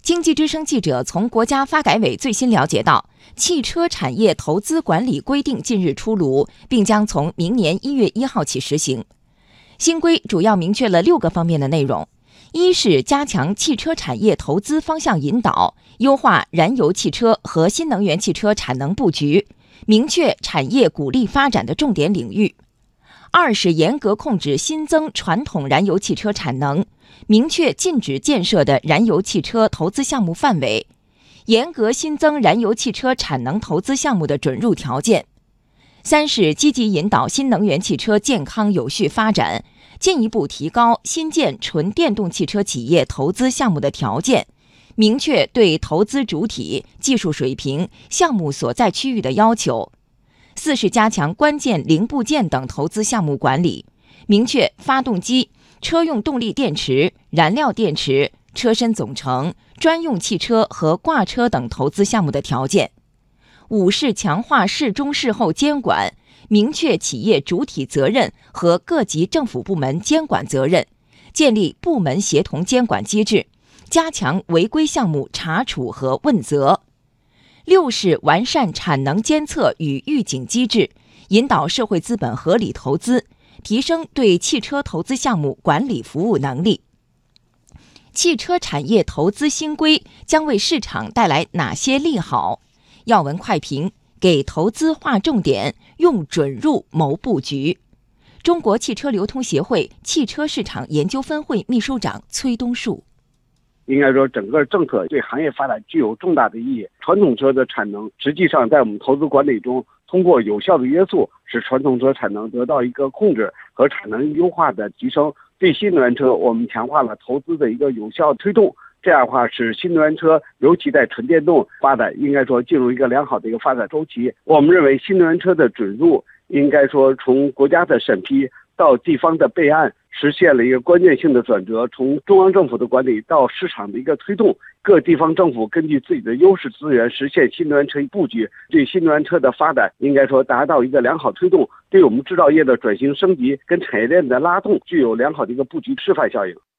经济之声记者从国家发改委最新了解到，汽车产业投资管理规定近日出炉，并将从明年1月1号起实行。新规主要明确了6个方面的内容：一是加强汽车产业投资方向引导，优化燃油汽车和新能源汽车产能布局，明确产业鼓励发展的重点领域；二是严格控制新增传统燃油汽车产能，明确禁止建设的燃油汽车投资项目范围，严格新增燃油汽车产能投资项目的准入条件；三是积极引导新能源汽车健康有序发展，进一步提高新建纯电动汽车企业投资项目的条件，明确对投资主体、技术水平、项目所在区域的要求；四是加强关键零部件等投资项目管理，明确发动机、车用动力电池、燃料电池、车身总成、专用汽车和挂车等投资项目的条件；五是强化事中事后监管，明确企业主体责任和各级政府部门监管责任，建立部门协同监管机制，加强违规项目查处和问责；六是完善产能监测与预警机制，引导社会资本合理投资，提升对汽车投资项目管理服务能力。汽车产业投资新规将为市场带来哪些利好？要闻快评：给投资划重点，用准入谋布局。中国汽车流通协会汽车市场研究分会秘书长崔东树： 应该说，整个政策对行业发展具有重大的意义。传统车的产能，实际上在我们投资管理中，通过有效的约束，使传统车产能得到一个控制和产能优化的提升。对新能源车，我们强化了投资的一个有效推动。这样的话，使新能源车，尤其在纯电动发展，应该说进入一个良好的一个发展周期。我们认为，新能源车的准入，应该说从国家的审批到地方的备案，实现了一个关键性的转折，从中央政府的管理到市场的一个推动，各地方政府根据自己的优势资源实现新能源车布局，对新能源车的发展应该说达到一个良好推动，对我们制造业的转型升级跟产业链的拉动具有良好的一个布局示范效应。